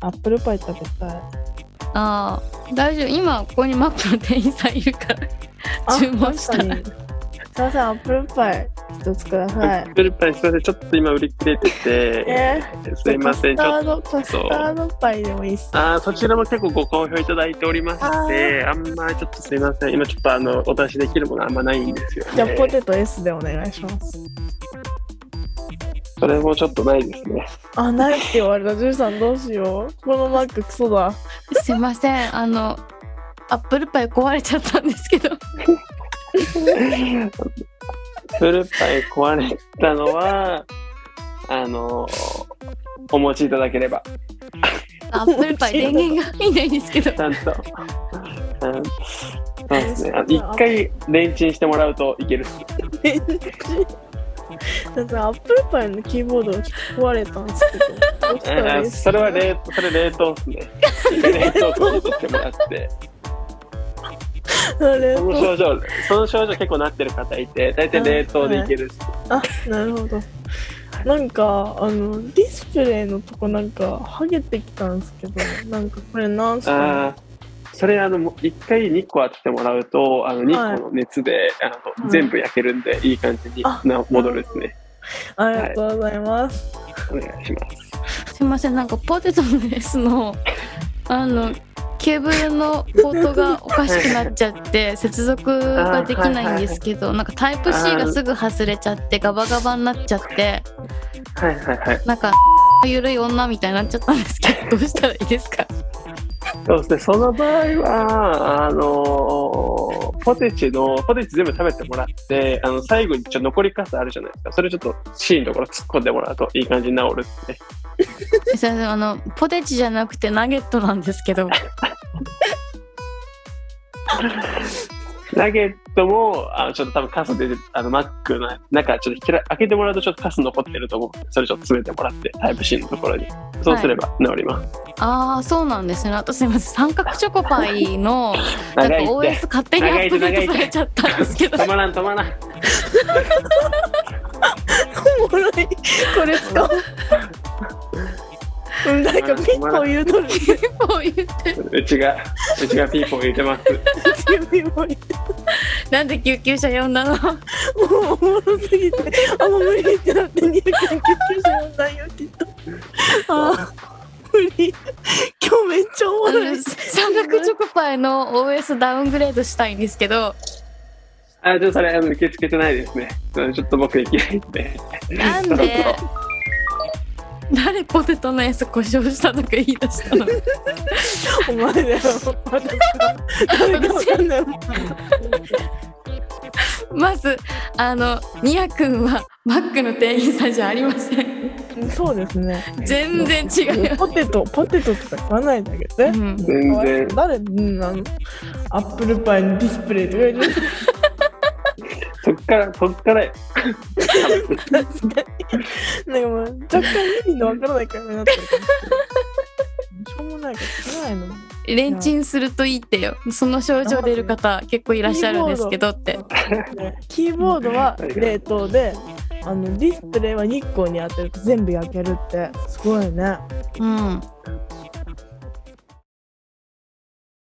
アップルパイ食べたい。 あー大丈夫、今ここにマックの店員さんいるから注文したら。 確かに。すいません、アップルパイ一つください。 アップルパイすいません、ちょっと今売り切れてて、すいません、ちょっと。 カスタードパイでもいいっす。 そちらも結構ご好評いただいておりまして、あんまちょっとすいません、今ちょっとお出しできるものあんまないんですよね。 じゃあポテト S でお願いします。 それもちょっとないですね。 ないって言われた。ジュンさんどうしよう。このマッククソだ。 すいません、アップルパイ壊れちゃったんですけど。 アップルパイ壊れたのはお持ちいただければ。 アップルパイ電源がいないんですけど。 ちゃんと。そうですね。一回レンチンしてもらうといける。 レンチン。だってアップルパイのキーボードが壊れたんですけど。どうしたらいいですか？ それは冷凍ですね。冷凍庫に入れてもらって。その症状結構なってる方いて、大体冷凍でいけるっす。 なるほど。なんかディスプレイのとこなんか剥げてきたんですけど、なんかこれなんすかね。 それ一回日光当ててもらうと日光の熱で、全部焼けるんでいい感じに戻るですね。 ありがとうございます。 お願いします。 すいません、なんかポテトの S のケーブルのポートがおかしくなっちゃって接続ができないんですけど、なんかタイプ C がすぐ外れちゃってガバガバになっちゃって、なんか緩い女みたいになっちゃったんですけど、どうしたらいいですか？ そうですね、その場合はポテチ全部食べてもらって、最後に残りカスあるじゃないですか。それちょっと C のところ突っ込んでもらうといい感じに治るですね。 ポテチじゃなくてナゲットなんですけど。 ナゲットもちょっと多分カスでマックの中ちょっと開けてもらうとちょっとカス残ってると思うので、それちょっと詰めてもらってタイプ C のところにそうすれば治ります。 そうなんですね。あとすいません、三角チョコパイのなんか OS 勝手にアップデートされちゃったんですけど。 止まらん。 おもろい。これ使おう。なんかピーポー言うとる。 ピーポー言ってる。 うちがピーポー言ってます。 なんで救急車呼んだの？ おもろすぎてもう無理ってなって救急車呼んだよきっと。無理。今日めっちゃおもろい。 三角チョコパイの OS ダウングレードしたいんですけど。 ちょっとそれ受け付けてないですね。ちょっと僕できないんで。 なんで？誰ポテトの S 故障したとか言い出したの？ お前だよ。 まずニヤ君はマックの店員さんじゃありません。 そうですね。 全然違う。 ポテトとか言わないであげて。 全然。 誰アップルパイのディスプレイとか言って。 そっからよ。 なんかもう若干意味のわからないからになってるから。しょうもないからないの。 レンチンするといいってよ。その症状出る方結構いらっしゃるんですけどって。 キーボードは冷凍で、ディスプレイは日光に当てると全部焼けるってすごいね。